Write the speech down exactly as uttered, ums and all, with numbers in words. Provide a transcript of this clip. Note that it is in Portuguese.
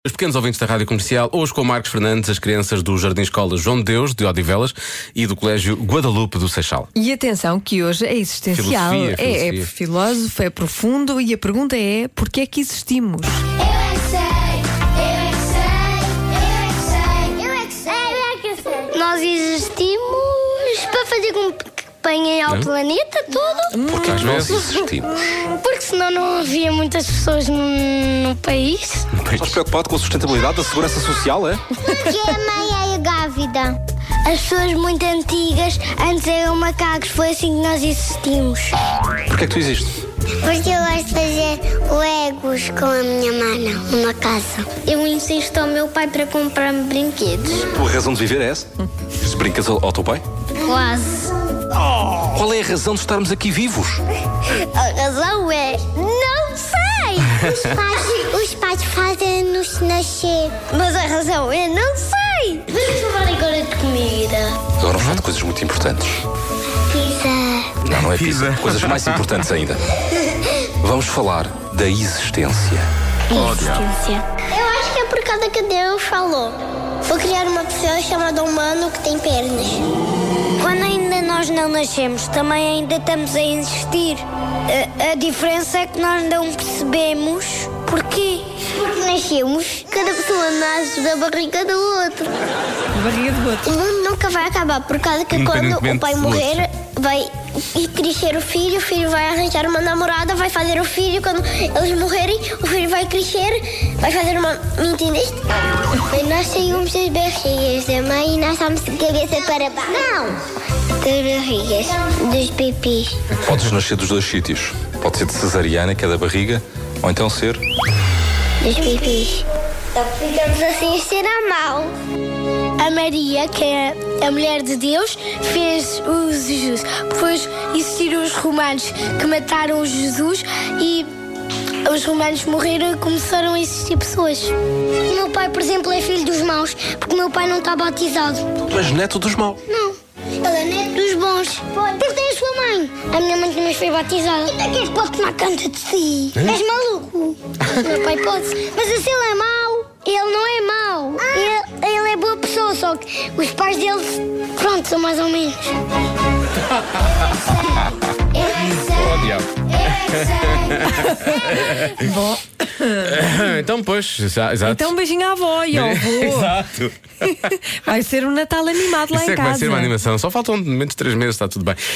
Os pequenos ouvintes da Rádio Comercial, hoje com o Marcos Fernandes, as crianças do Jardim Escola João de Deus, de Odivelas, e do Colégio Guadalupe do Seixal. E atenção que hoje é existencial, Filosofia, é, é filosofia. filósofo, é profundo e a pergunta é: porquê é que existimos? Eu é que sei, eu é que sei, eu é que sei, eu é que sei, eu é que sei. Nós existimos para fazer com que apanhem ao Não? planeta todo. Porque às Nós vezes. existimos. Porque senão não havia muitas pessoas no, no país. Estás preocupado com a sustentabilidade da segurança social, é? Porque a mãe é grávida. As pessoas muito antigas antes eram macacos, foi assim que nós existimos. Porquê é que tu existes? Porque eu gosto de fazer legos com a minha mana, numa casa. Eu insisto ao meu pai para comprar-me brinquedos. A tua razão de viver é essa? Se brincas ao, ao teu pai? Quase. Qual é a razão de estarmos aqui vivos? A razão é... não sei! Os pais, os pais fazem-nos nascer. Mas a razão é... não sei! Vamos falar agora de comida. Agora vamos falar de coisas muito importantes. Pizza. Não, não é pizza. Coisas mais importantes ainda. Vamos falar da existência. Existência. Eu acho que é por causa que Deus falou. Vou criar uma pessoa chamada humano que tem pernas. Quando ainda nós não nascemos, também ainda estamos a existir. A, a diferença é que nós não percebemos porquê. Porque nascemos, cada pessoa nasce da barriga do outro. A barriga do outro. O mundo nunca vai acabar, por causa que quando Independentemente o pai do morrer, vai e crescer o filho, o filho vai arranjar uma namorada, vai fazer o filho, quando eles morrerem, o filho vai crescer, vai fazer uma... Me entendeste? Nós saímos das barrigas da mãe e nós estamos de cabeça para baixo. Não! Das barrigas, dos pipis. Podes nascer dos dois sítios. Pode ser de cesariana, que é da barriga, ou então ser... Dos pipis. Ficamos assim a ser a mal. A Maria, que é a mulher de Deus, fez o Jesus. Depois existiram os romanos que mataram o Jesus e os romanos morreram e começaram a existir pessoas. O meu pai, por exemplo, é filho dos maus, porque o meu pai não está batizado. Tu és neto dos maus. Não, ele é neto dos bons. Porque tem a sua mãe. A minha mãe também foi batizada. E para que é que pode tomar conta de si? És maluco? O meu pai pode. Mas se ele é mau, ele não é mau. Ele, ele é boa pessoa, só que os pais dele, pronto, são mais ou menos. Eu é que sei. Oh, diabo. Bom, Então, pois, já- exato. então um beijinho à avó e ao avô. Exato. Vai ser um Natal animado lá Isso em é que casa. vai ser uma animação. Só faltam menos de três meses, está tudo bem.